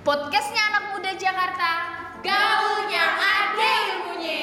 Podcastnya anak muda Jakarta, gaulnya ada ilmunya.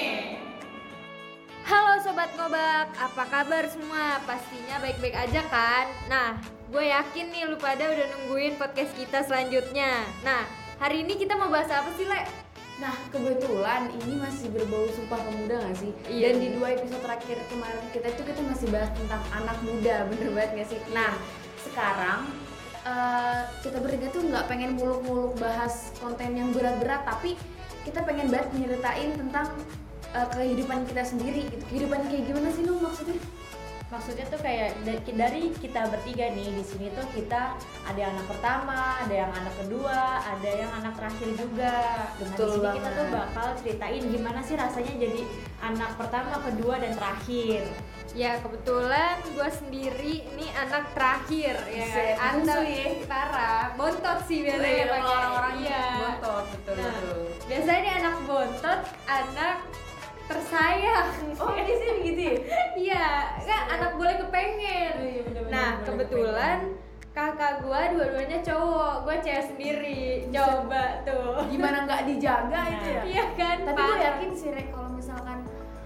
Halo Sobat Ngobak, apa kabar semua? Pastinya baik-baik aja kan? Nah, gue yakin nih lu pada udah nungguin podcast kita selanjutnya. Nah, hari ini kita mau bahas apa sih, Le? Nah, kebetulan ini masih berbau Sumpah Pemuda gak sih? Iya. Dan di 2 episode terakhir kemarin kita masih bahas tentang anak muda, bener banget gak sih? Nah, sekarang kita bertiga tuh nggak pengen muluk-muluk bahas konten yang berat-berat, tapi kita pengen banget nyeritain tentang kehidupan kita sendiri gitu. Kehidupan kayak gimana sih lu maksudnya? Maksudnya tuh kayak dari kita bertiga nih di sini tuh kita ada yang anak pertama, ada yang anak kedua, ada yang anak terakhir juga. Nah, di sini kita tuh bakal ceritain gimana sih rasanya jadi anak pertama, kedua dan terakhir. Ya kebetulan gue sendiri nih anak terakhir ya kan? Anak parah, bontot sih biasanya pakai orang-orang iya. bontot, betul. Biasanya nih anak bontot, anak tersayang. Oh, di sini gitu ya? Iya, kan anak boleh kepengen. Iya, bener-bener Nah, boleh kebetulan kakak gua dua-duanya cowok, gua cewek sendiri. Coba tuh. Gimana nggak dijaga itu ya? Iya kan? Tapi gue parah. yakin sih Rek, kalau misalkan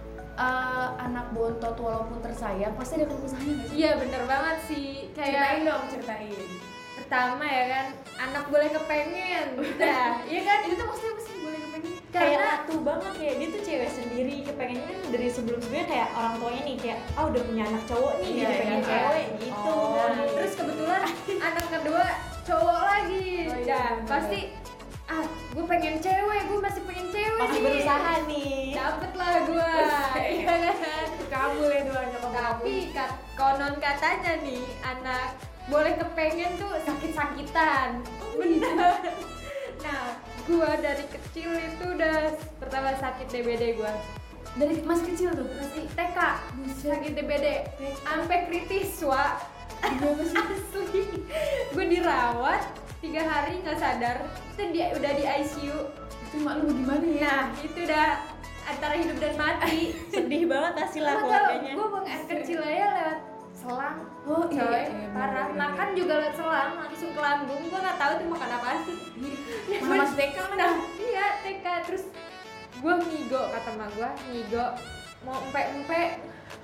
anak bontot walaupun tersayang pasti ada kesusahannya nggak sih? Iya bener banget sih. Ceritain Kayak dong, ceritain. pertama ya kan, anak boleh kepengen. Nah, iya kan? Itu tuh maksudnya apa sih boleh kepengen? Kayak Karena ratu banget ya, dia tuh cewek sendiri, kepengennya kan dari sebelum-sebelumnya kayak orang tuanya nih kayak udah punya anak cowok nih, Iya, jadi pengen iya. cewek gitu. Nah, terus kebetulan anak kedua cowok lagi. Oh, iya, Nah, bener. pasti gue pengen cewek, gue masih pengen cewek Masih nih. berusaha nih. Dapet lah gue. Iya kan? Kamu ya doanya kamu. Tapi konon katanya nih anak boleh kepengen tuh sakit-sakitan. Bener. Nah, gue dari kecil itu udah pertama sakit DBD gue. Dari masih kecil tuh. Masih TK sakit DBD. Sampai kritis, Wak. Gimana sih? Asli. Gue dirawat 3 hari nggak sadar. Itu dia udah di ICU. Itu mak lu gimana ya? Nah, itu udah antara hidup dan mati. Sedih banget pasti lah Lo tau, keluarganya. gue buang air kecil aja lewat selang. Oh Coy, iya, parah. Makan juga lewat selang, langsung ke lambung. Gue nggak tahu tuh makan apa sih. Mana masih TK kan? Nah, iya TK. Terus gue ngigo, kata emak gue ngigo mau empe-empe.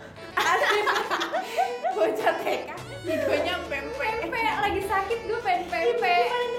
Bocah TK. Gigonya pempek. Empe lagi sakit gue pengen pempe.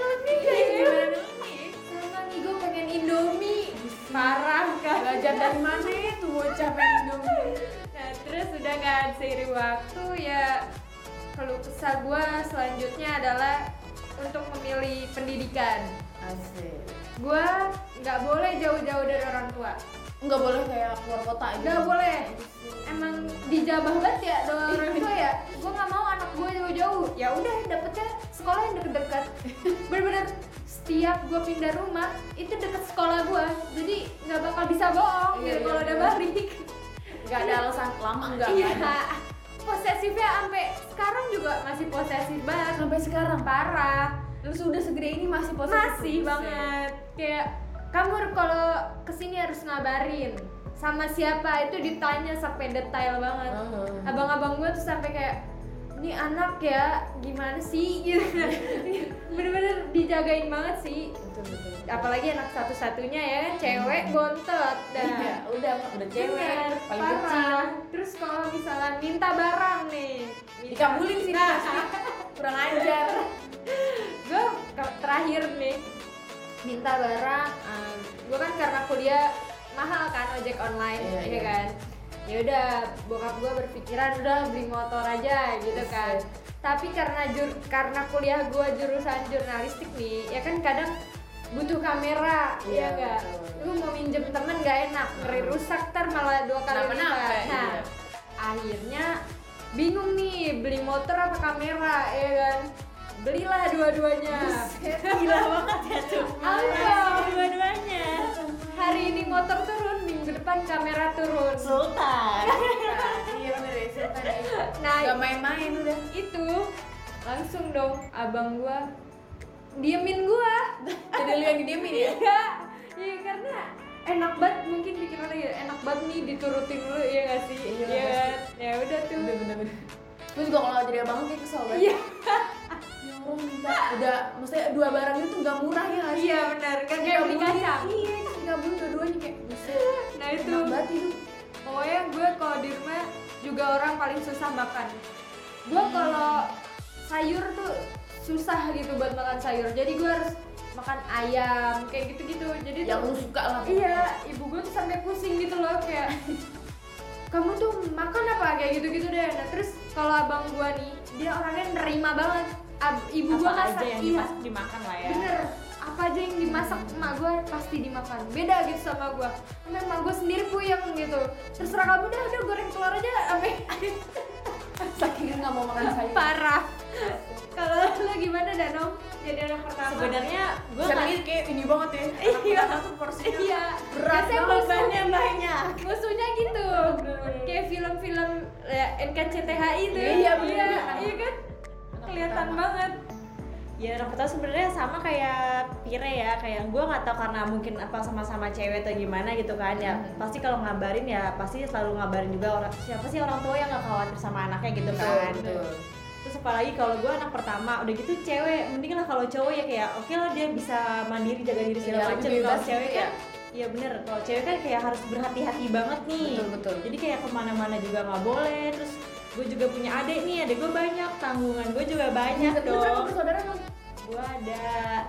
Gimana nih? Sama ngigo pengen Indomie. Parah kan. Belajar dari mana itu bocah pengen Indomie? Nah, terus udah kan seiring waktu ya keluh kesah gue selanjutnya adalah untuk memilih pendidikan. Asik. Gue nggak boleh jauh-jauh dari orang tua. Enggak boleh kayak keluar kota gitu. Nggak boleh. Emang dijabah banget ya dari orang tua ya. Gue nggak mau anak gue jauh-jauh. Ya udah dapetnya sekolah yang deket-deket. Bener-bener setiap gue pindah rumah itu deket sekolah gue. Jadi nggak bakal bisa bohong Iya, gitu iya, kalau iya. udah balik. Enggak ada alasan lama enggak. Iya. Nggak ada. Posesifnya sampai sekarang juga masih posesif banget. Sampai sekarang Parah. lu sudah segede ini masih posesif. Masih banget. Kayak kamu kalau kesini harus ngabarin sama siapa itu ditanya sampai detail banget. Abang-abang gue tuh sampai kayak ini anak ya gimana sih gitu. Bener-bener dijagain banget sih. Betul. Apalagi anak satu-satunya ya kan cewek bontot dah. Iya, udah cewek Bener, paling parah. kecil. Terus kalau misalnya minta barang nih Dikabulin sih Nah, pasti. Kurang ajar. gue terakhir nih minta barang, gue kan karena kuliah mahal kan ojek online, Iya, ya iya. kan. Ya udah, bokap gue berpikiran udah beli motor aja gitu kan. Tapi karena kuliah gue jurusan jurnalistik nih, ya kan kadang butuh kamera, Iya, ya enggak. betul. Lu mau minjem temen gak enak, ngeri rusak ntar malah 2 kali Kenapa-napa, lipat. Nah, iya. akhirnya bingung nih beli motor apa kamera, ya kan. Belilah dua-duanya. Gila banget ya tuh. Ayo. Dua-duanya. Hari ini motor turun, minggu depan kamera turun. Sultan. Iya bener ya, Sultan ya. Nah, Gak main-main udah. itu langsung dong abang gua diemin gua. Jadi lu yang didiemin ya? Iya, iya karena enak banget, mungkin pikirannya gitu, enak banget nih diturutin dulu ya gak sih? Iya, Iya pasti. kan? Ya udah tuh. Bener. Gue juga kalau jadi abang kayak kesel banget. Iya. Ya Allah, ngomong minta udah maksudnya 2 barang itu nggak murah ya nggak sih? Iya benar kan kayak beli kacang. Iya itu 30 dua-duanya kayak buset. Nah itu Enak banget hidup. pokoknya gue kalau di rumah juga orang paling susah makan. Gue kalau sayur tuh susah gitu buat makan sayur, jadi gue harus makan ayam kayak gitu-gitu. Jadi Yang tuh lu suka lah. iya, ibu gue tuh sampai pusing gitu loh kayak kamu tuh makan apa kayak gitu-gitu deh. Nah terus kalau abang gue nih, dia orangnya nerima banget. Ibu gue Apa masak aja yang iya, dimakan lah ya. bener. Apa aja yang dimasak emak gue pasti dimakan. Beda gitu sama gue. Sampai emak gue sendiri puyeng gitu. Terserah kamu dah, udah goreng telur aja sampai Saking nggak mau makan sayur. parah. Kalau lo gimana Danong? Jadi anak pertama. Sebenarnya gue Sekarang kayak ini banget ya. Anak Iya. pertama tuh porsinya Iya, berat biasanya banget. musuhnya banyak. musuhnya gitu. Kayak film-film ya, NKCTHI itu. Iya, bener. iya kan? Anak Kelihatan pertama. banget. Ya orang pertama sebenarnya sama kayak Pire ya, kayak gue nggak tahu karena mungkin apa sama-sama cewek atau gimana gitu kan ya. Pasti kalau ngabarin ya pasti selalu ngabarin juga orang, siapa sih orang tua yang nggak khawatir sama anaknya gitu kan. Betul. Terus apalagi kalau gue anak pertama udah gitu cewek, mending lah kalau cowok ya kayak oke lah dia bisa mandiri jaga diri Iya, segala lebih macam. bebas Kalau cewek gitu kan iya bener, kalau cewek kan kayak harus berhati-hati banget nih. Betul. Jadi kayak kemana-mana juga nggak boleh. Terus gue juga punya adik nih, adik gue banyak, tanggungan gue juga banyak Lu berapa dong. bersaudara lo? Gue ada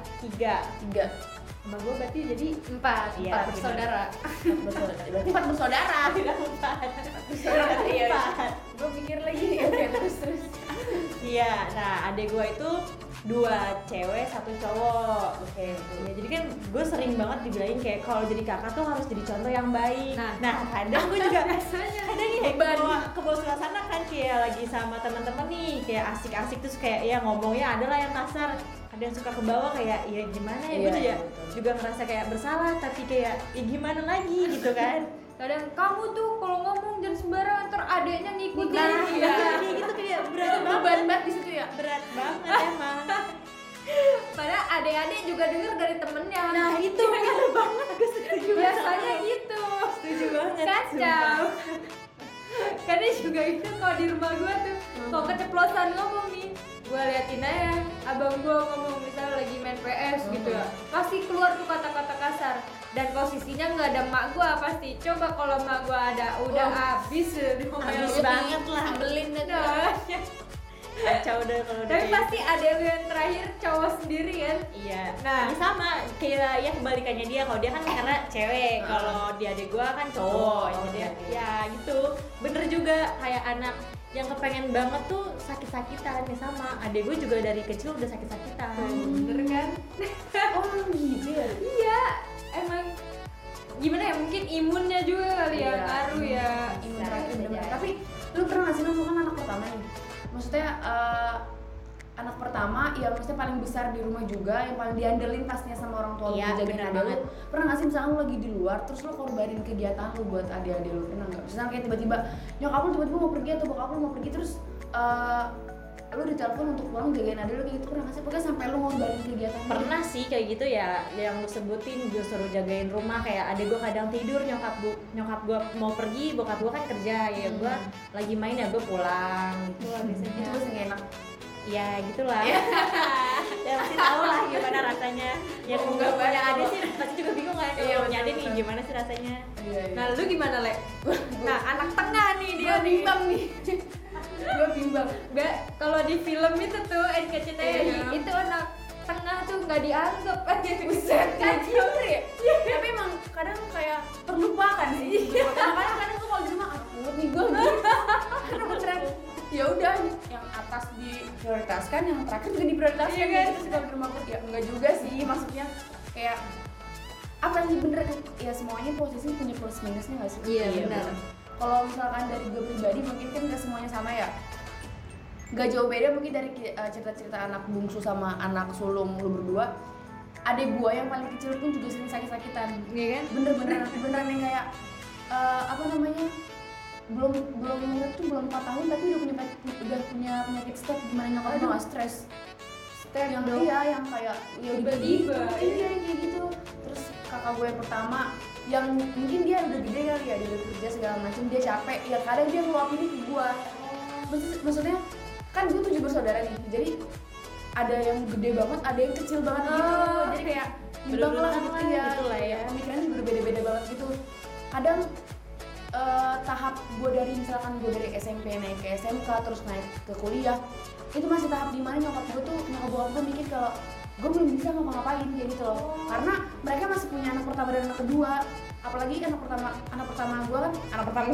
3 3. sama gue berarti jadi 4 Iya, bener. bersaudara. 4 bersaudara. Berarti 4 bersaudara. tidak 4 Bersaudara ya. 4. Gue mikir lagi oke terus. Iya, nah adik gue itu 2 cewek 1 cowok. Oke. Ya, jadi kan gue sering banget dibilangin kayak kalau jadi kakak tuh harus jadi contoh yang baik. Nah. Kadang gue juga Biasanya kadang ya ke bawah suasana kan kayak lagi sama teman-teman nih kayak asik-asik terus kayak ya ngomongnya adalah yang kasar. Ada yang suka ke bawah kayak ya gimana ya, gue Iya, tuh ya betul. juga ngerasa kayak bersalah tapi kayak ya gimana lagi gitu kan. kadang kamu tuh kalau ngomong jangan sembarangan, ntar adeknya ngikutin. Nah, Iya. kayak gitu kayak berat Beban banget. banget di situ ya. Berat banget emang. Padahal adek-adek juga denger dari temennya. Nah, itu bener banget, gue setuju banget. biasanya gitu. Setuju banget. Kacau. Karena juga itu kalau di rumah gue tuh kalau keceplosan ngomong nih, gue liatin aja abang gue ngomong misalnya lagi main PS gitu ya, pasti keluar tuh kata-kata kasar. Dan posisinya nggak ada emak gue pasti. Coba kalau emak gue ada, udah abis Habis banget lah. Sambelin deh. Kacau deh kalau udah Tapi kayak pasti ada yang terakhir cowok sendiri kan. iya. Nah. Ini sama kayak ya kebalikannya dia. Kalau dia kan karena cewek, kalau dia adik gua kan cowok. Oh, Jadi oke. ya gitu. Bener juga kayak anak yang kepengen banget tuh sakit-sakitan ya sama. Adik gua juga dari kecil udah sakit-sakitan. Bener kan? Oh gitu ya. Iya, emang gimana ya, mungkin imunnya juga kali ya, Iya. ngaruh ya. Imun Bisa, terakhir bisa bener-bener. jadi. Tapi lu pernah nggak sih lu kan anak pertama nih? Maksudnya anak pertama ya maksudnya paling besar di rumah juga, yang paling diandelin pastinya sama orang tua lu, Iya, jagain bener adek banget. lu. Pernah nggak sih misalnya lu lagi di luar terus lu korbanin kegiatan lu buat adik-adik lu, pernah nggak? Misalnya kayak tiba-tiba nyokap lu tiba-tiba mau pergi atau bokap lu mau pergi terus lu ditelepon untuk pulang jagain adek lu kayak gitu, pernah nggak sih? Pokoknya sampai lu ngorbanin kegiatan lu. Pernah sih kayak gitu ya, yang lu sebutin gue suruh jagain rumah, kayak adek gue kadang tidur, nyokap gue mau pergi, bokap gue kan kerja, ya gue lagi main ya gue pulang gitu lah biasanya. Itu pasti nggak enak. Ya gitulah. Ya pasti tahu lah gimana rasanya. Yang Oh, nggak enggak punya banget. adek sih pasti juga bingung kan. Iya, Kalau punya betul, adek nih betul. gimana sih rasanya? Iya, iya. Nah, lu gimana, Le? Nah, anak tengah nih dia Dia nih. bimbang nih. Gue bimbang. Kalau di film itu tuh NKCTHI Iya. itu anak tengah tuh nggak dianggap. Buset, Kacau. bener ya? Tapi emang kadang kayak terlupakan sih. Kadang-kadang tuh kalau di rumah aku nih gue gitu. Karena beneran ya udah yang atas diprioritaskan, yang terakhir juga diprioritaskan. Iya kan? Gitu sih kalau di rumah aku ya enggak juga sih, maksudnya kayak apa sih bener ya, semuanya posisi punya plus minusnya nggak sih? Iya, Iya, benar. benar. Kalau misalkan dari gue pribadi mungkin kan nggak semuanya sama ya. Gak jauh beda mungkin dari cerita-cerita anak bungsu sama anak sulung lu berdua. Adek gua yang paling kecil pun juga sering sakit-sakitan. Iya kan? Beneran yang kayak apa namanya, belum umur tuh belum 4 tahun tapi udah punya penyakit stroke, gimana nyokap gua nggak stres. Step Yang dong. iya yang kayak ya udah Tiba-tiba, gitu, iya yang kayak gitu. Terus kakak gue yang pertama yang mungkin dia udah gede kali ya, dia udah kerja segala macam, dia capek ya kadang dia ngeluapin ke gua. Maksudnya kan gue 7 bersaudara nih, jadi ada yang gede banget, ada yang kecil banget gitu. Jadi kayak imbang lah gitu ya. Gitu lah ya. Pemikirannya juga beda-beda banget gitu. Kadang tahap gue dari misalkan gue dari SMP naik ke SMK terus naik ke kuliah, itu masih tahap dimana nyokap bokap gue mikir kalau gue belum bisa ngapa-ngapain kayak gitu loh. Karena mereka masih punya anak pertama dan anak kedua. Apalagi anak pertama gue kan anak pertama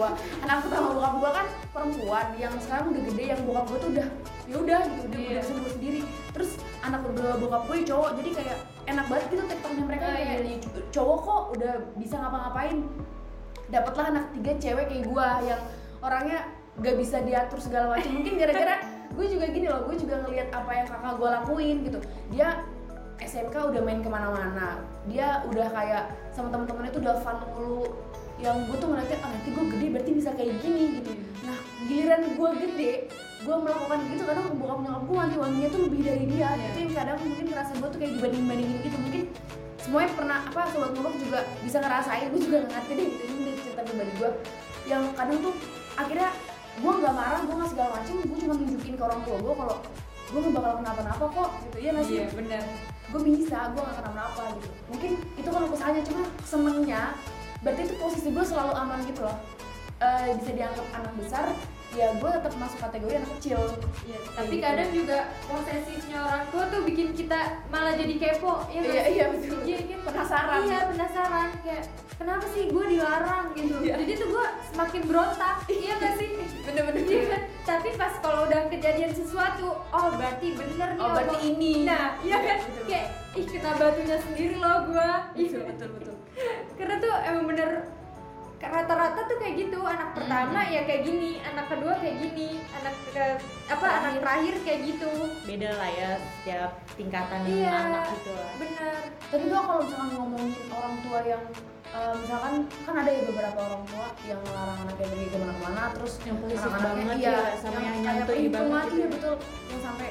bokap gue kan perempuan yang sekarang udah gede, yang bokap gue tuh udah ya udah gitu udah bisa berdua sendiri. Terus anak kedua bokap gue cowok, jadi kayak enak banget gitu tektoknya mereka kayak cowok kok udah bisa ngapa-ngapain. Dapatlah anak ketiga cewek kayak gue yang orangnya gak bisa diatur segala macam. Mungkin gara-gara gue juga gini loh, gue juga ngelihat apa yang kakak gue lakuin gitu. Dia SMK udah main kemana-mana, dia udah kayak sama temen-temennya tuh udah fun mulu. Yang gue tuh ngeliatnya, nanti gue gede berarti bisa kayak gini gitu. Nah giliran gue gede, gue melakukan gitu, kadang bokap nyokap gue wanti-wantinya tuh lebih dari dia. Itu yang kadang mungkin ngerasa gue tuh kayak dibanding-bandingin gitu. Mungkin semuanya pernah, sobat ngomong juga bisa ngerasain, gue juga ngerti deh gitu. Ini cerita pribadi gue yang kadang tuh akhirnya gue nggak marah, gue nggak segala macem, gue cuma nunjukin ke orang tua gue kalau gue nggak bakal kenapa-napa kok gitu. Iya nggak sih? Iya benar. Gue bisa, gue gak kenapa-napa gitu. Mungkin itu kalau kesalahannya, cuma senengnya berarti itu posisi gue selalu aman gitu loh. Bisa dianggap anak besar, ya gue tetap masuk kategori anak kecil. Iya, tapi gitu. kadang juga posesifnya orang tua tuh bikin kita malah jadi kepo, ya nggak sih? Iya betul. Iya kan Penasaran. Iya penasaran, kayak kenapa sih gue dilarang gitu. Iya. Jadi tuh gue semakin berontak, iya nggak sih? Bener-bener. Iya kan? Tapi pas kalau udah kejadian sesuatu, oh berarti bener nih. Oh berarti omong- ini. Nah, iya kan? Betul. Kayak ih kena batunya sendiri loh gue. Betul. Karena tuh emang bener rata-rata tuh kayak gitu. Anak pertama ya kayak gini, anak kedua kayak gini, anak terakhir kayak gitu. Beda lah ya setiap tingkatan Iya, anak gitu lah. bener. Tapi gue kalau misalkan ngomongin orang tua yang misalkan kan ada ya beberapa orang tua yang melarang anaknya pergi kemana-mana, terus Yang posesif anak-anaknya banget iya, ya, sama yang kayak nyantui perhitungan, banget iya gitu. betul, yang sampai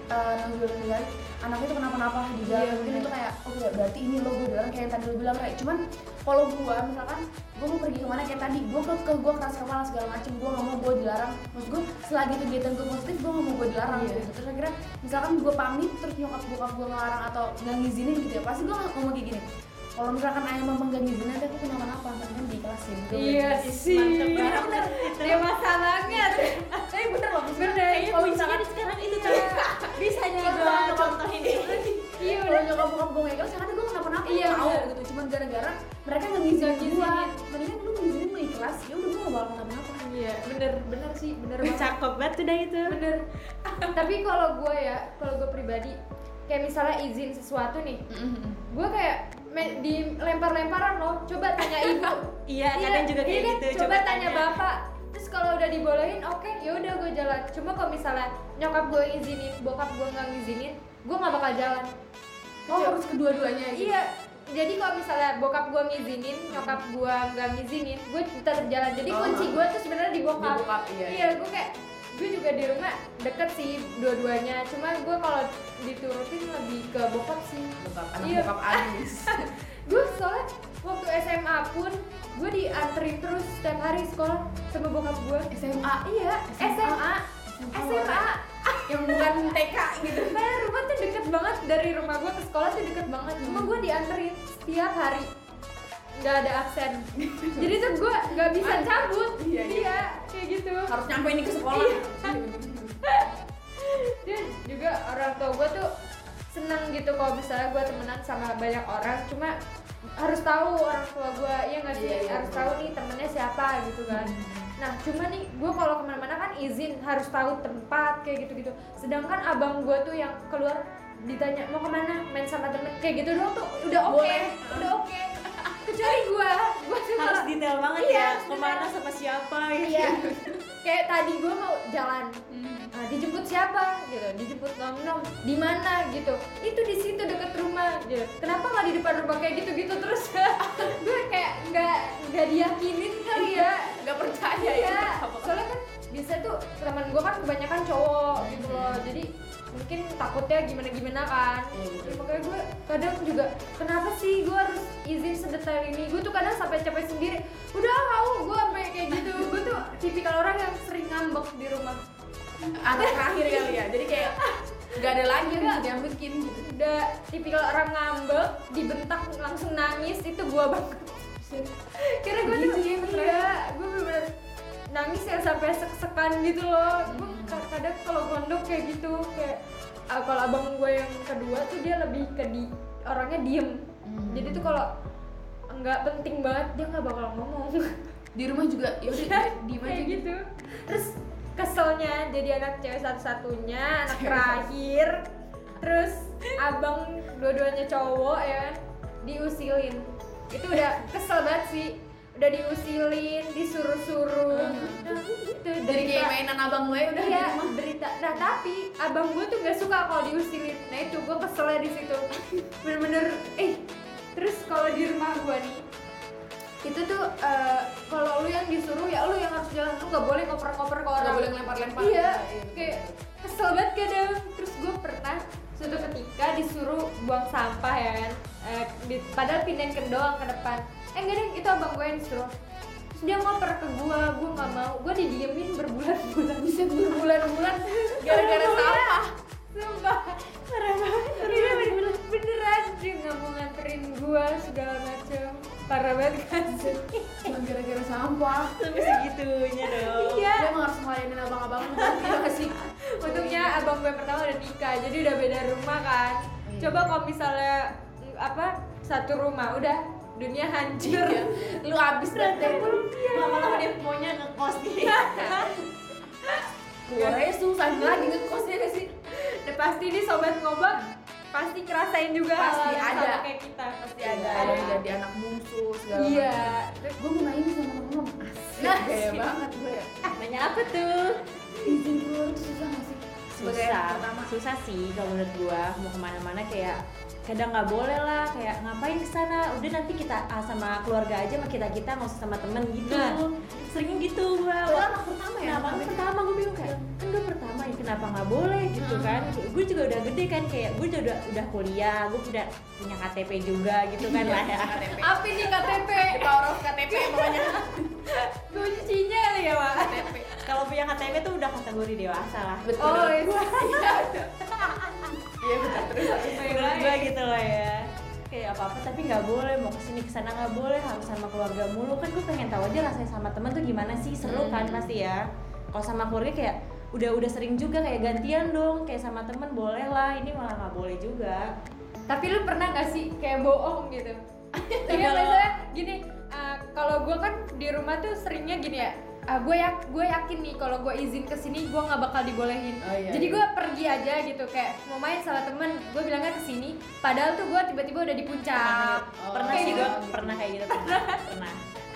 nanggur anaknya tuh kenapa-napa di jalan. Iya, Mungkin bener. itu kayak oh ya berarti ini lo gue bilang kayak yang tadi lo bilang kayak cuman kalau gue misalkan gue mau pergi kemana kayak tadi gue gue keras kepala segala macem, gue nggak mau gue dilarang. Maksud gue selagi kegiatan gue positif gue nggak mau gue dilarang Iya. gitu. Terus akhirnya misalkan gue pamit terus nyokap bokap gue ngelarang atau nggak ngizinin gitu ya, pasti gue ngomong kayak gini, kalau misalkan ayah mama nggak ngizinin nanti aku kenapa-napa, mendingan diikhlasin. Iya sih. Mantep banget itu. Dewasa banget. Tapi bener loh, Bener. Kayaknya kalau kuncinya misalkan di sekarang itu tuh. Bisa nih gue contohin deh. Iya kalau nyokap bokap gue nggak ikhlas, ya kan gue kenapa-napa, Iya, tahu bener. gitu. Cuman gara-gara mereka nggak ngizinin Nggak gue, ngizinin. mendingan lu ngizinin lu ikhlas, ya udah gue nggak bakal kenapa-napa. Iya, bener sih, bener banget. Cakep banget udah itu. Bener. Tapi kalau gue pribadi, kayak misalnya izin sesuatu nih, gue kayak dilempar-lemparan loh. Coba tanya ibu. Iya, kadang juga kayak kan? gitu. Coba tanya bapak. Terus kalau udah dibolehin, oke, ya udah gue jalan. Cuma kalau misalnya nyokap gue ngizinin, bokap gue nggak ngizinin, gue nggak bakal jalan. Oh harus kedua-duanya gitu. Iya. Jadi kalau misalnya bokap gue ngizinin, nyokap gue nggak ngizinin, gue tetap jalan. Jadi kunci gue tuh sebenarnya di bokap. Di bokap, iya. Iya, gue kayak gue juga di rumah deket sih dua-duanya. Cuma gue kalau diturutin lebih ke bokap sih. Bokap, anak Iya. bokap Anis. Gue soalnya waktu SMA pun gue dianterin terus setiap hari sekolah sama bokap gue. SMA. Iya, SMA. Yang bukan TK gitu. Nah, rumah tuh deket banget, dari rumah gue ke sekolah tuh deket banget. Cuma gue dianterin setiap hari, nggak ada absen. Jadi tuh gue nggak bisa cabut. Iya. Kayak gitu. Harus nyampe ini ke sekolah. Dan juga orang tua gue tuh seneng gitu kalau misalnya gue temenan sama banyak orang. Cuma harus tahu orang tua gue, ya nggak sih? Iya, Harus betul. tahu nih temennya siapa gitu kan. Nah cuma nih gue kalau kemana-mana kan izin, harus tahu tempat kayak gitu-gitu. Sedangkan abang gue tuh yang keluar ditanya mau kemana, main sama temen kayak gitu doang tuh udah oke, Boleh. udah oke. Kecuali gue tuh Harus malah- detail banget Iya, ya. bener. Kemana sama siapa gitu. Iya. Kayak tadi gue mau jalan, dijemput siapa gitu, dijemput nom di mana gitu, itu di situ deket rumah gitu. Kenapa nggak di depan rumah kayak gitu terus? Gue kayak nggak diyakinin kali ya. Nggak percaya Iya, ya. soalnya kan biasa tuh teman gue kan kebanyakan cowok gitu loh, jadi mungkin takutnya gimana kan. Iya, betul. Ya, makanya gue kadang juga kenapa sih gue harus izin sedetail ini. Gue tuh kadang sampai capek sendiri, udah mau gue sampai kayak gitu. Gue tuh tipikal orang yang sering ngambek di rumah. Anak terakhir kali ya. Jadi kayak Gak ada lagi yang bisa diambekin gitu. Udah tipikal orang ngambek, dibentak langsung nangis, itu gua banget. Karena gue tuh gue bener-bener nangis yang sampai sek-sekan gitu loh. Gue kadang kalau gondok kayak gitu, kayak kalau abang gue yang kedua tuh dia lebih ke orangnya diem. Jadi tuh kalau nggak penting banget dia nggak bakal ngomong. Di rumah juga yaudah diem aja Kayak gitu. Terus keselnya jadi anak cewek satu-satunya, anak terakhir. Terus abang dua-duanya cowok ya kan, diusilin. Itu udah kesel banget sih. Udah diusilin, disuruh-suruh. Itu dari kayak mainan abang gue udah iya, di rumah. derita. Nah tapi abang gue tuh nggak suka kalau diusilin. Nah itu gue keselnya di situ. Bener-bener. Terus kalau di rumah gue nih, itu tuh kalau lu yang disuruh ya lu yang harus jalan, lu nggak boleh ngoper-ngoper ke orang. Nggak boleh ngelempar-lempar. Iya, kayak kesel banget kadang. Terus gue pernah suatu ketika disuruh buang sampah ya kan, padahal pindahin ke doang ke depan. Enggak deh, itu abang gue yang disuruh. Terus dia ngoper ke gue nggak mau, gue didiemin berbulan-bulan. Bisa berbulan-bulan gara-gara sampah. Sumpah, parah banget. Iya beneran dia nggak mau nganterin gue segala macam. Parah banget kan sih. Cuma gara-gara sampah. Sampai segitunya dong. Iya. Dia emang harus ngelayanin abang-abang iya gak sih? Untungnya abang gue pertama udah nikah, jadi udah beda rumah kan. Coba kalau misalnya satu rumah udah dunia hancur. Iya. Lu abis deh. Lama-lama dia maunya ngekos nih. Keluarnya susah lagi ngekosnya gak sih? Udah pasti nih sobat ngobak pasti ngerasain juga Pasti hal-hal ada. sama kayak kita. Pasti ada yang jadi anak bungsu segala Iya. macam. Gue mau nanya sama temen-temen. Nah, Gaya banget gue ya. Nanya apa tuh? Izin keluar tuh susah gak sih? Sebagai anak Susah, pertama. susah sih kalau menurut gua. Mau kemana-mana kayak kadang nggak boleh lah, kayak ngapain kesana, udah nanti kita sama keluarga aja, sama kita nggak usah sama temen gitu. Nah. Seringnya gitu gua. Padahal anak pertama ya? Kenapa anak pertama? Gue bingung kayak kan gue pertama ya, kenapa nggak boleh gitu kan? Gue juga udah gede kan, kayak gue juga udah kuliah, gue udah punya KTP juga gitu kan lah ya. KTP. Apa nih KTP? The power of KTP pokoknya. Kuncinya kali ya, Pak. KTP. Kalau punya KTP tuh udah kategori dewasa lah. Betul. Oh, iya. Iya betul terus. Menurut gue gitu lah ya. Kayak apa-apa tapi nggak boleh, mau kesini kesana nggak boleh, harus sama keluarga mulu. Kan gue pengen tahu aja rasanya sama temen tuh gimana sih, seru kan pasti ya. Kalau sama keluarga kayak udah sering juga kayak gantian dong, kayak sama temen boleh lah, ini malah nggak boleh juga. Tapi lu pernah gak sih kayak bohong gitu? Iya biasanya gini, kalau gue kan di rumah tuh seringnya gini ya. Gue yakin nih kalau gue izin kesini gue nggak bakal dibolehin. Oh, iya, Jadi iya. gue pergi aja gitu, kayak mau main sama temen, gue bilangnya kesini. Padahal tuh gue tiba-tiba udah di puncak. Pernah Kayak sih gitu. gue pernah kayak gitu, pernah.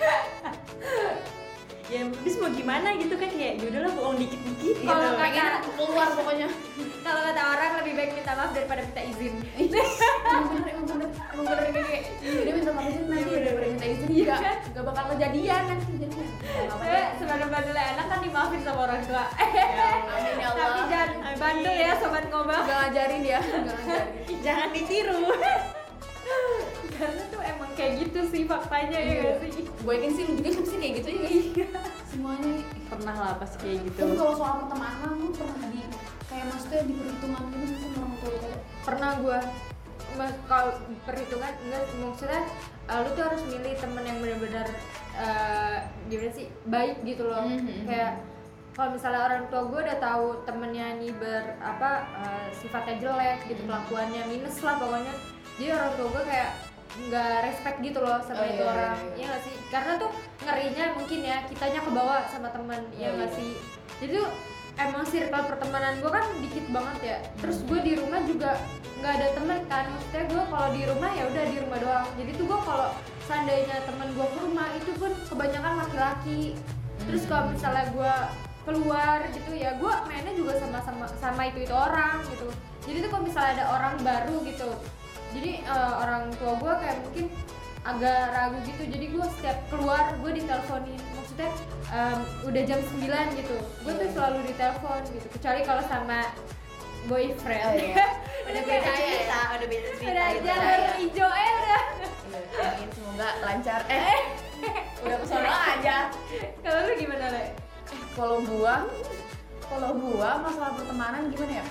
Ya habis mau gimana gitu kan, kayak yaudahlah bohong dikit-dikit gitu. Kalau nggak Pengen keluar pokoknya. Kalau kata orang lebih baik minta maaf daripada minta izin. Emang bener ini kayak dia minta maaf aja nanti daripada minta izin nggak bakal kejadian nanti jadinya. Sebandel-bandelnya enak kan dimaafin sama orang tua. Amin ya Allah. Tapi jangan bandel ya sobat ngobak. Gak ngajarin ya, gak ngajarin. Jangan ditiru. Karena tuh emang kayak gitu sih faktanya ya nggak sih. Gue yakin sih lu juga pasti kayak gitu ya. Semuanya. Pernah lah pas kayak gitu. Tapi kalau soal pertemanan lu pernah kayak maksudnya di perhitungan gitu sama orang tua lu? Pernah gue kalau perhitungan enggak, maksudnya lu tuh harus milih temen yang benar-benar gimana sih, baik gitu loh. Kayak kalau misalnya orang tua gue udah tahu temennya nih sifatnya jelek gitu, kelakuannya minus lah pokoknya, jadi orang tua gue kayak nggak respect gitu loh sama itu orang. Iya nggak sih, karena tuh ngerinya mungkin ya kitanya kebawa sama temen. Iya nggak sih, jadi tuh emang circle pertemanan gue kan dikit banget ya. Terus gue di rumah juga nggak ada temen kan, maksudnya gue kalau di rumah ya udah di rumah doang. Jadi tuh gue kalau seandainya temen gue ke rumah itu pun kebanyakan laki-laki. Terus kalau misalnya gue keluar gitu ya gue mainnya juga sama itu orang gitu. Jadi tuh kalau misalnya ada orang baru gitu, jadi orang tua gue kayak mungkin agak ragu gitu. Jadi gue setiap keluar gue diteleponin, maksudnya udah jam 9 gitu gue tuh selalu ditelepon gitu, kecuali kalau sama boyfriend. Oh, iya. Udah beda cerita, udah beda cerita. Udah gitu. jalur hijau udah. Amin, semoga lancar. Udah kesana aja. Kalau lu gimana Le? Kalau gua masalah pertemanan gimana ya?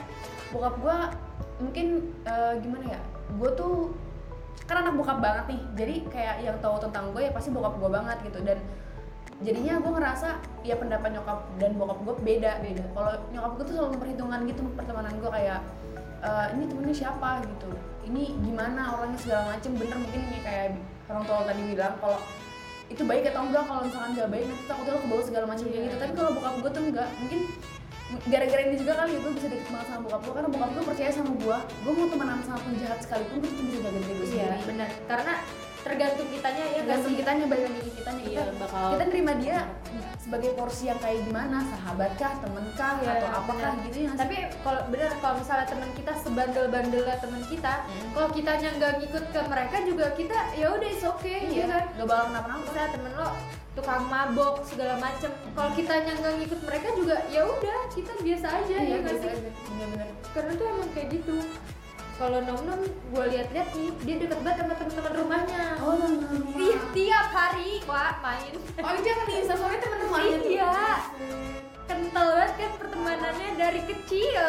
bokap gue mungkin gimana ya, gue tuh kan anak bokap banget nih, jadi kayak yang tahu tentang gue ya pasti bokap gue banget gitu. Dan jadinya gue ngerasa ya pendapat nyokap dan bokap gue beda. Kalau nyokap gue tuh selalu memperhitungkan gitu pertemanan gue, kayak ini temennya siapa gitu, ini gimana orangnya segala macem. Bener mungkin ini kayak orang tua tadi bilang kalau itu baik atau enggak, kalau misalkan nggak baik nanti takutnya lo kebawa segala macam kayak gitu. Tapi kalau bokap gue tuh enggak, mungkin gara-gara ini juga kali ya gue bisa deket banget sama bokap gue, karena bokap gue percaya sama gue mau temenan sama penjahat sekalipun gue tuh bisa jaga diri gue sendiri. Iya benar, karena tergantung kitanya ya, tergantung kitanya, balik lagi ke kitanya. Iya, Kita nerima dia sebagai porsi yang kayak gimana, sahabat kah, temen kah, atau apakah gitu ya. Tapi kalau benar, kalau misalnya teman kita sebandel-bandelnya teman kita, kalau kitanya nggak ngikut ke mereka juga, kita ya udah is okay, iya kan? nggak bakal kenapa-napa. Misalnya temen lo tukang mabok segala macem, kalau kitanya nggak ngikut mereka juga ya udah kita biasa aja, ya nggak sih? Bener-bener. Karena tuh emang kayak gitu. Kalau Nom gue lihat-lihat nih, dia deket banget sama teman-teman rumahnya. Oh temen-temen Ih, tiap hari Wak main. oh jangan nih, soalnya temen rumahnya tuh. Iya, kental banget kan pertemanannya dari kecil.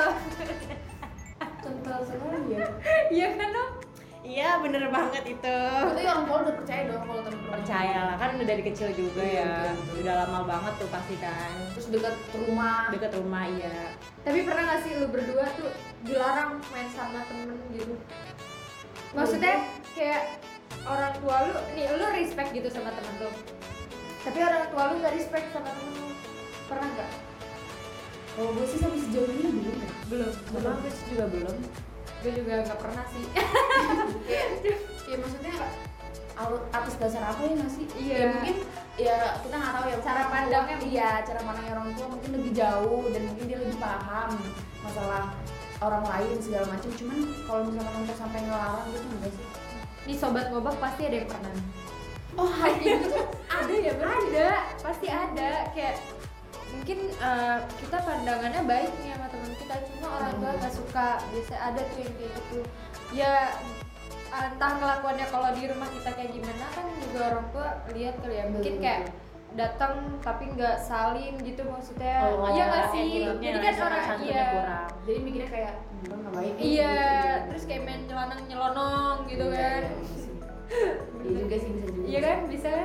Kental sekali ya. Iya kan Nom? Iya bener banget itu. Berarti orang tua udah percaya dong kalau temen rumah. Percaya lah, kan udah dari kecil juga Iya, ya. betul. Udah lama banget tuh pasti kan. Terus dekat rumah. Deket rumah iya. Tapi pernah gak sih lu berdua tuh dilarang main sama temen gitu? Maksudnya kayak orang tua lu, nih lu respect gitu sama temen lu, tapi orang tua lu gak respect sama temen lu. Pernah gak? Kalau gue sih sampai sejauh ini belum ya. Belum. Sama gue sih juga belum. Gue juga gak pernah sih. Ya maksudnya atas dasar apa ya nggak sih? Iya. Ya mungkin ya kita nggak tahu ya Cara pandangnya Iya, cara pandangnya orang tua mungkin lebih jauh dan mungkin dia lebih paham masalah orang lain segala macam. Cuman kalau misalkan untuk sampai ngelarang gitu enggak sih? Nih sobat ngobak pasti ada yang pernah. Oh hal kayak gitu ada ya benar? Ada, pasti ada. Kayak mungkin kita pandangannya baik nih sama teman kita, cuma orang tua gak suka. Biasa ada tuh yang kayak gitu. Ya entah kelakuannya kalau di rumah kita kayak gimana, kan juga orang tua lihat kali ya. Mungkin kayak datang tapi nggak salim gitu, maksudnya. Iya nggak sih? Jadi kan orang iya. Kurang. Jadi mikirnya kayak nggak baik. Iya, gitu. terus kayak main nyelonong gitu kan. Iya juga sih, bisa juga. Iya kan, bisa kan?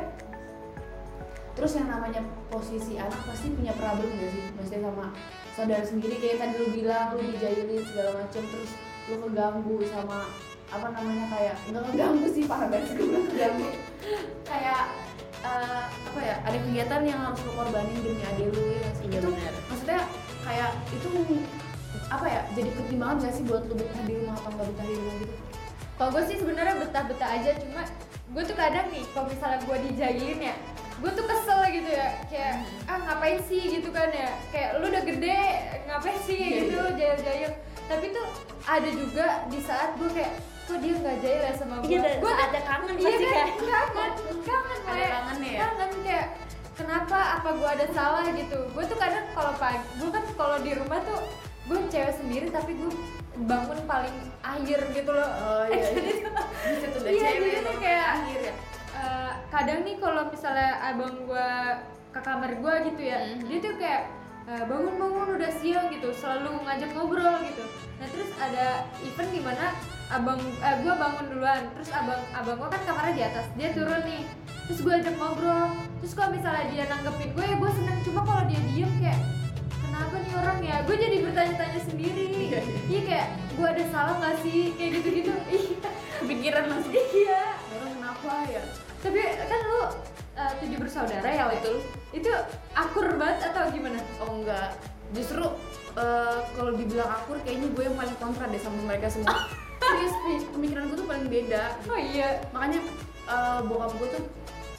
Terus yang namanya posisi anak pasti punya problem gak sih? Maksudnya sama saudara sendiri, kayak tadi lu bilang lu dijailin segala macam, terus lu keganggu sama apa namanya, kayak nggak keganggu sih, parah banget sih gue bilang keganggu. Kayak apa ya, ada kegiatan yang harus lu korbanin demi adik lu ya sih. Iya Itu benar. maksudnya kayak itu apa ya, jadi pertimbangan gak sih buat lu betah di rumah atau nggak betah di rumah gitu? Kalau gue sih sebenarnya betah-betah aja, cuma gue tuh kadang nih kalau misalnya gue dijailin ya, gue tuh kesel gitu ya, kayak ngapain sih gitu kan ya, kayak lu udah gede ngapain sih gitu jail-jail. Tapi tuh ada juga di saat gue kayak, kok dia nggak jail ya sama gue. Iya, Gue ada kangen iya pasti kan, kan. kangen Ada kayak kangennya ya? kangen kayak kenapa, apa gue ada salah gitu. Gue tuh kadang kalau pagi, gue kan kalau di rumah tuh gue cewek sendiri tapi gue bangun paling akhir gitu loh. Oh iya, bisa tuh udah Iya, cewek jadi tuh bangun kayak akhir ya. kadang nih kalau misalnya abang gue ke kamar gue gitu ya, dia tuh kayak bangun udah siang gitu, selalu ngajak ngobrol gitu. Nah terus ada event dimana gue bangun duluan, terus abang gue kan kamarnya di atas, dia turun nih, terus gue ajak ngobrol. Terus kalau misalnya dia nanggepin gue ya gue seneng, cuma kalau dia diem kayak kenapa nih orang ya, gue jadi bertanya-tanya sendiri. Iya kayak gue ada salah nggak sih, kayak gitu-gitu. Kepikiran langsung. Iya. Orang kenapa ya? Tapi kan lu 7 bersaudara ya, Betul. Itu akur banget atau gimana? Oh enggak, justru kalau dibilang akur kayaknya gue yang paling kontra deh sama mereka semua. Serius, pemikiran gue tuh paling beda. Oh iya. Makanya bokap gue tuh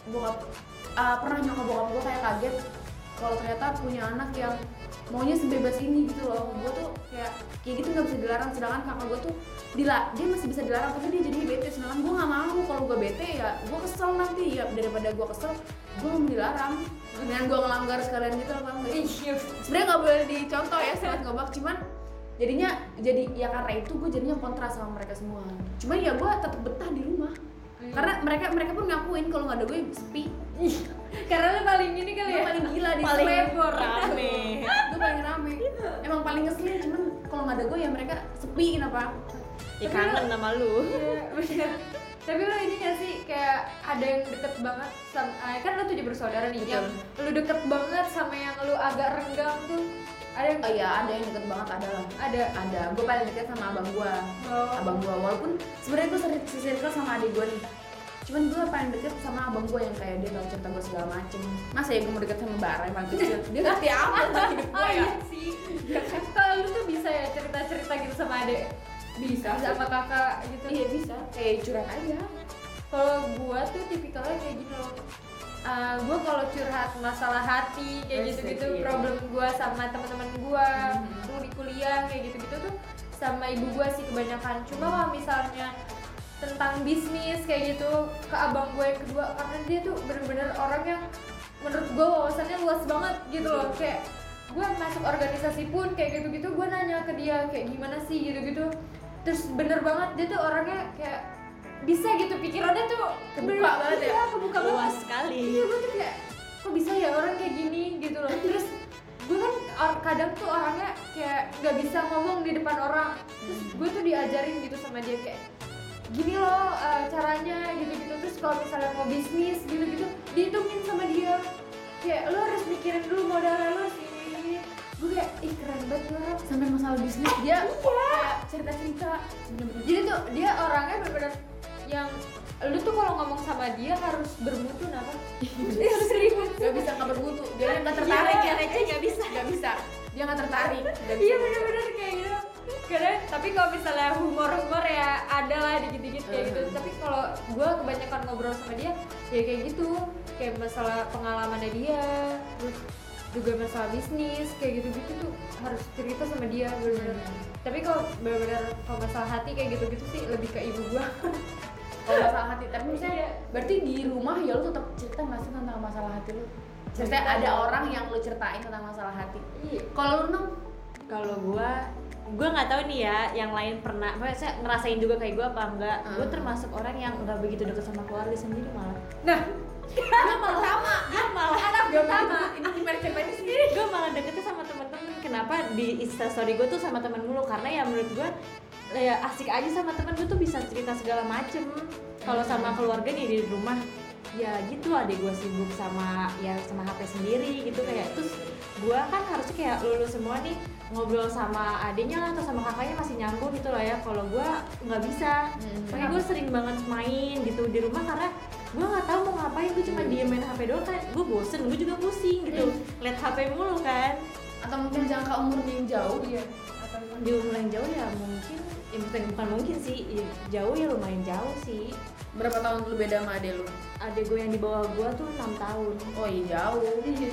pernah nyokap bokap gue kayak kaget kalau ternyata punya anak yang maunya sebebas ini gitu loh. Gue tuh kayak gitu nggak bisa dilarang, sedangkan kakak gue tuh dia masih bisa dilarang tapi dia jadi bete, sedangkan gue nggak mau. Kalau gue bete ya gue kesel nanti, ya daripada gue kesel gue mau dilarang dengan gue ngelanggar sekalian gitu apa enggak. Sebenarnya nggak boleh dicontoh ya sobat ngobak, cuman jadinya ya karena itu gue jadinya kontra sama mereka semua. Cuman ya gue tetap betah di rumah karena mereka pun ngakuin kalau nggak ada gue sepi. Karena lu paling ini kali Gue ya. paling gila di Paling Slebor. rame. Gue paling rame. emang paling ngeselin, cuman kalau nggak ada gue ya mereka sepi kenapa. Ya kangen sama lu. Iya, bener. Tapi lo ini gak sih kayak ada yang deket banget sama, kan lo 7 bersaudara nih, Betul. yang lo deket banget sama yang lo agak renggang tuh, ada yang Oh iya, ada yang deket banget, ada lah. Ada, gue paling deket sama abang gue. Abang gue, walaupun sebenarnya gue circle sama adik gue nih, cuman gue paling deket sama abang gue yang kayak dia tahu cerita gue segala macem. Masa ya gue mau deket sama Bara yang paling kecil? Dia ngerti apa tentang hidup gue Oh ya? iya sih. Kalau lu tuh bisa ya cerita-cerita gitu sama adek, Bisa. sama kakak gitu. Iya bisa, kayak curhat aja. Kalau gua tuh tipikalnya kayak gini loh. Gua kalau curhat masalah hati kayak gitu-gitu, Iya. problem gua sama teman-teman gua, di kuliah kayak gitu-gitu tuh sama ibu gua sih kebanyakan. Cuma kalau misalnya tentang bisnis kayak gitu ke abang gue yang kedua, karena dia tuh bener-bener orang yang menurut gue wawasannya luas banget gitu loh. Kayak gue masuk organisasi pun kayak gitu-gitu gue nanya ke dia kayak gimana sih gitu-gitu, terus bener banget dia tuh orangnya kayak bisa gitu, pikirannya tuh Kebuka banget ya? Iya, kebuka Luas banget sekali. Iya, gue tuh kayak kok bisa ya orang kayak gini gitu loh. Terus gue kan kadang tuh orangnya kayak nggak bisa ngomong di depan orang, terus gue tuh diajarin gitu sama dia kayak gini loh caranya gitu-gitu. Terus kalau misalnya mau bisnis gitu-gitu dihitungin sama dia, kayak lo harus mikirin dulu modalnya lo sini. Gue kayak ih keren banget nih orang, Sampai masalah bisnis dia kayak cerita-cerita. Bener-bener. jadi tuh dia orangnya bener-bener yang lu tuh kalau ngomong sama dia harus bermutu apa? Harus ribut. Gak bisa nggak bermutu, dia nggak tertarik ya, receh nggak bisa. Nggak bisa, dia nggak tertarik. Nggak Iya bisa. bener-bener kayak gitu. Kadang tapi kalau misalnya humor ya ada lah dikit-dikit kayak gitu. Tapi kalau gue kebanyakan ngobrol sama dia ya kayak gitu, kayak masalah pengalamannya dia, terus juga masalah bisnis kayak gitu-gitu tuh harus cerita sama dia bener-bener. Tapi kalau bener-bener kalau masalah hati kayak gitu-gitu sih lebih ke ibu gue. Kalau masalah hati, tapi misalnya berarti di rumah ya lu tetap cerita nggak sih tentang masalah hati lu? Maksudnya ada orang yang lu ceritain tentang masalah hati. Iya. Kalau lu Nong, Kalau gue nggak tahu nih ya, yang lain pernah, saya ngerasain juga kayak gue apa enggak. Gue termasuk orang yang nggak begitu deket sama keluarga sendiri malah. Nah, gue malah sama. Gue malah anak pertama. Ini gimana ceritanya sendiri? gue malah deketnya sama temen-temen. Kenapa di Instastory gue tuh sama temen mulu? Karena ya menurut gue ya asik aja sama temen, gue tuh bisa cerita segala macem. Kalau sama keluarga nih di rumah ya gitu, adik gue sibuk sama HP sendiri gitu, kayak terus gue kan harusnya kayak lulus semua nih ngobrol sama adiknya lah atau sama kakaknya masih nyambung gitu lah ya. Kalau gue nggak bisa, makanya gue sering banget main gitu di rumah karena gue nggak tahu mau ngapain. Gue cuma diem main HP doang kan, gue bosen, gue juga pusing gitu liat HP mulu kan. Atau mungkin jangka umur yang jauh? Iya. Di umur yang jauh ya mungkin ya bukan mungkin sih ya, jauh ya lumayan jauh sih. Berapa tahun lu beda sama adek lu? Adek gue yang di bawah gue tuh 6 tahun. Oh iya jauh.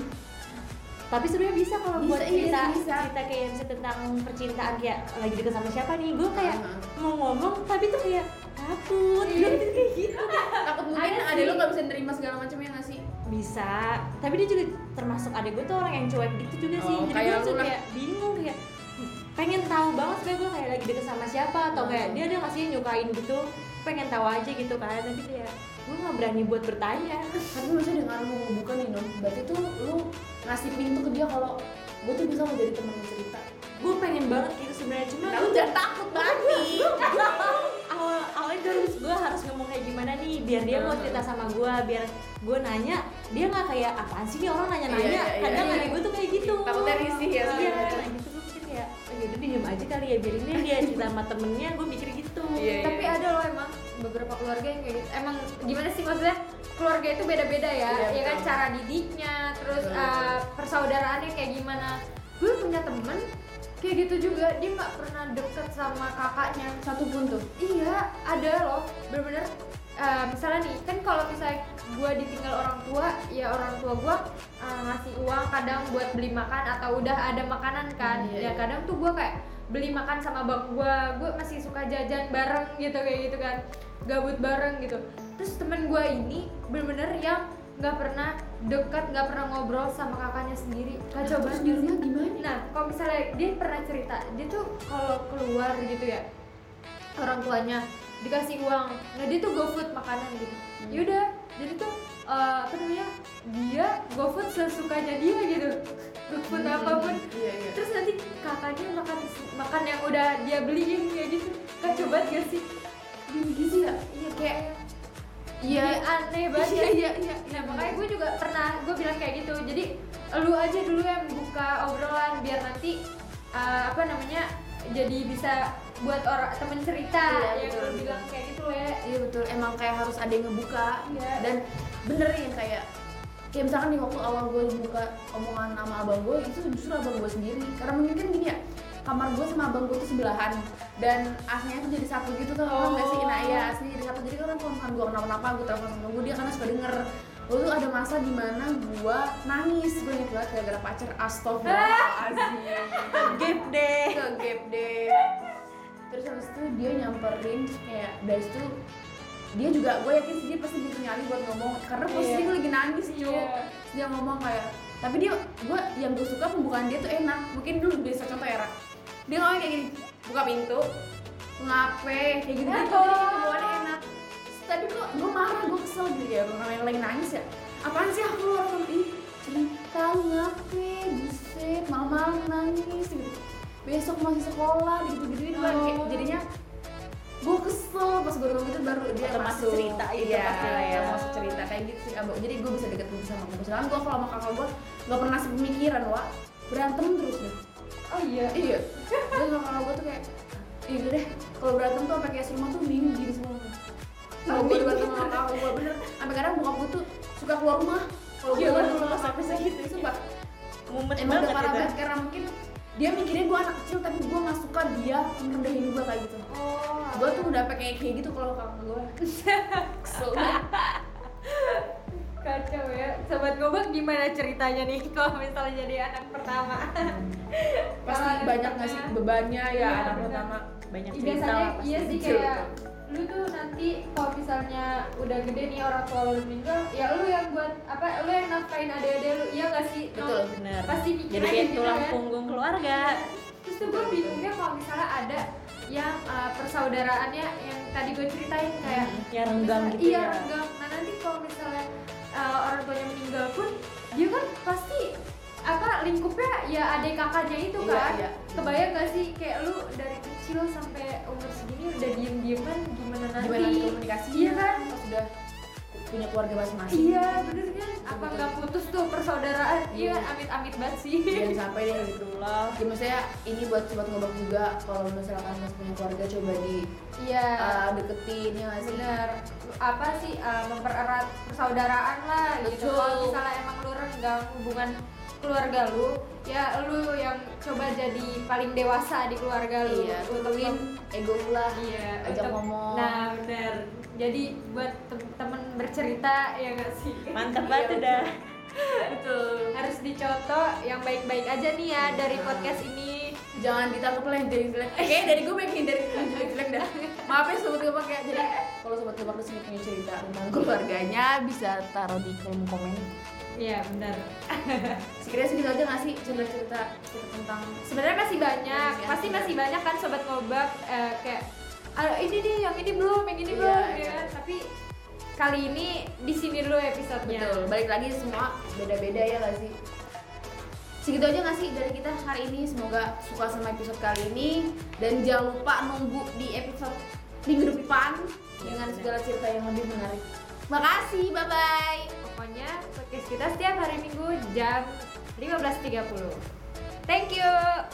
Tapi sebenarnya bisa kalau Bisa, buat iya, cerita bisa. cerita kayak misalnya tentang percintaan, kayak lagi deket sama siapa nih, gue kayak Aha. mau ngomong tapi tuh kayak takut. Gue kayak gitu. Takut mungkin Ada adek sih. lu nggak bisa nerima segala macam ya nggak sih? Bisa, tapi dia juga termasuk adek gue tuh orang yang cuek gitu juga sih. Oh, Jadi kayak gue tuh lu lah. kayak bingung, kayak pengen tahu banget sebenarnya gue kayak lagi deket sama siapa atau kayak dia nggak sih nyukain gitu, pengen tahu aja gitu kan. Tapi kayak gue nggak berani buat bertanya. Tapi maksudnya dengan lu membuka nih Nom, berarti tuh lu ngasih pintu ke dia kalau gue tuh bisa mau jadi temen lu cerita. Gue pengen banget gitu sebenarnya, cuma Nah, lu jangan takut banget nih. awalnya gue harus ngomong kayak gimana nih biar dia mau cerita sama gue, biar gue nanya dia nggak kayak apaan sih nih orang nanya-nanya. Iya, iya, Kadang iya. adek gue tuh kayak gitu, Takutnya risih ya iya sebenarnya. nah gitu. Gue pikir kayak oh yaudah diem aja kali ya, biarin dia cerita sama temennya. Gue mikir gitu. Iya, iya. Tapi ada loh emang beberapa keluarga yang kayak gitu. Emang gimana sih maksudnya? Keluarga itu beda-beda ya, Iya, ya kan betul. cara didiknya, terus Betul. persaudaraannya kayak gimana. Gue punya temen kayak gitu juga, dia nggak pernah deket sama kakaknya. Satu pun tuh. Iya, ada loh, bener-bener misalnya nih, kan kalau misalnya gue ditinggal orang tua, ya orang tua gue ngasih uang kadang buat beli makan atau udah ada makanan kan. Iya, Ya iya. kadang tuh gue kayak beli makan sama bang gue masih suka jajan bareng gitu kayak gitu kan, gabut bareng gitu. Terus temen gue ini bener-bener yang nggak pernah dekat, nggak pernah ngobrol sama kakaknya sendiri. Kacau Terus banget di sih. rumah gimana? Nah, kalau misalnya dia pernah cerita, dia tuh kalau keluar gitu ya, orang tuanya dikasih uang. Nah dia tuh GoFood makanan gitu. Yaudah, jadi tuh dia GoFood sesukanya dia gitu. GoFood apapun. Iya. Terus nanti kakaknya makan yang udah dia beliin kayak gitu. Kacau banget gak sih? Gitu ya. Iya kayak Iya, aneh banget. Iya. Nah makanya gue juga pernah gue bilang kayak gitu. Jadi lu aja dulu yang buka obrolan biar nanti jadi bisa buat orang temen cerita. Iya, yang betul. lu bilang kayak gitu ya. Iya betul, emang kayak harus ada yang ngebuka. Iya. Dan bener nih kayak misalkan nih waktu awal gue buka omongan sama abang gue, itu justru abang gue sendiri. Karena mungkin kan gini ya, kamar gue sama abang gue tuh sebelahan dan AC-nya tuh jadi satu gitu tuh, nggak sih? Nah iya, AC-nya jadi satu. Jadi kan kalau misalkan gue kenapa-napa, gue telepon sama gue, dia karena suka denger. Lalu tuh ada masa dimana gue nangis, gue inget banget gara-gara pacar. Astagfirullahaladzim. Kegep deh. Terus habis itu dia nyamperin, terus kayak dari situ dia juga, gue yakin sih dia pasti butuh nyali buat ngomong karena posisi gue lagi nangis cuy. Terus dia ngomong kayak, tapi gue yang gue suka pembukaan dia tuh enak. Mungkin dulu biasa contoh era dia ngomong kayak gini, buka pintu ngape kayak gitu gitu, jadi pembukaannya enak. Terus tadi gue marah, gue kesel gitu ya, orang yang lagi nangis ya, apaan sih aku orang cerita ngape, buset malam-malam nangis gitu, besok masih sekolah gitu-gituin kan. Kayak jadinya gue kesel pas gue ngomong gitu, baru dia masuk cerita itu iya, pasti lah ya. masuk cerita kayak gitu sih abang. Jadi gue bisa deket sama abang. Misalkan gue kalau sama kakak gue nggak pernah sepemikiran, Wak, berantem terus deh. Oh iya. Iya. Gue sama kakak gue tuh kayak, iya deh, kalau berantem tuh sampai kayak serumah tuh bingung gini semua. Kalau gue berantem sama kakak gue bener, sampai kadang bokap gue tuh suka keluar rumah. Kalau gue berantem sama sampai segitu, sumpah. Mumet Emang udah banget parah itu. banget karena mungkin dia mikirnya gue anak kecil, tapi gue nggak suka dia merendahin gue kayak gitu. Oh. Gue tuh udah kayak gitu kalau kakak gue. Kesel banget. Kacau ya. Sobat Ngobak gimana ceritanya nih kalau misalnya jadi anak pertama? Pasti Kalau anak banyak nggak sih pertama, bebannya ya iya, anak benar. pertama. Banyak Iya, cerita biasanya lah pasti. iya sih Betul. kayak lu tuh nanti kalau misalnya udah gede nih orang tua lu meninggal, ya lu yang buat apa? Lu yang nafkain adik-adik lu, iya nggak sih? Betul, Bener. Pasti mikirnya Jadi kayak gitu tulang kan? punggung keluarga. Terus tuh gue bingungnya kalau misalnya ada yang persaudaraannya yang tadi gue ceritain kayak Ya renggang misal- gitu iya, ya. renggang. Nah nanti kalau misalnya orang tuanya meninggal pun dia kan pasti lingkupnya ya adik kakaknya itu Iya, kan. iya. Kebayang gak sih kayak lu dari kecil sampai umur segini udah diem-dieman gimana nanti? Gimana nanti komunikasi? Iya kan? Pas sudah punya keluarga masing-masing. Iya bener kan? Apa Betul. nggak putus tuh persaudaraan? Iya. Iya amit-amit banget sih. Jangan sampai deh gitu lah. Ya maksudnya ini buat sobat ngobak juga, kalau misalkan masih punya keluarga coba di Iya. deketin ya nggak sih? Bener, apa sih mempererat persaudaraan lah gitu. Betul. Kalau misalnya emang lu renggang hubungan keluarga lu, ya lu yang coba jadi paling dewasa di keluarga lu. Iya, Untuk turunin ego lu lah. iya, Ajak untuk- ngomong. Nah bener. Jadi buat temen bercerita ya nggak sih? Mantap banget udah. Betul. Harus dicontoh yang baik-baik aja nih ya dari podcast ini. Jangan ditangkap lah yang jelek-jelek. Kayaknya dari gue pengen dari yang jelek-jelek dah. Maaf ya sobat ngobak ya. Jadi kalau sobat ngobak di sini punya cerita tentang keluarganya bisa taruh di kolom komen. Iya benar. Sekiranya segitu aja nggak sih cerita-cerita kita tentang Sebenarnya masih banyak, Iya, pasti iya. masih banyak kan sobat ngobak kayak ini nih yang ini belum, yang ini Iya, belum, iya. ya kan? Tapi kali ini di sini dulu episodenya. betul. Balik lagi semua beda-beda ya nggak sih? Segitu aja nggak sih dari kita hari ini. Semoga suka sama episode kali ini dan jangan lupa nunggu di episode minggu depan dengan segala cerita yang lebih menarik. Makasih, bye bye. Pokoknya podcast kita setiap hari Minggu jam 15.30. Thank you.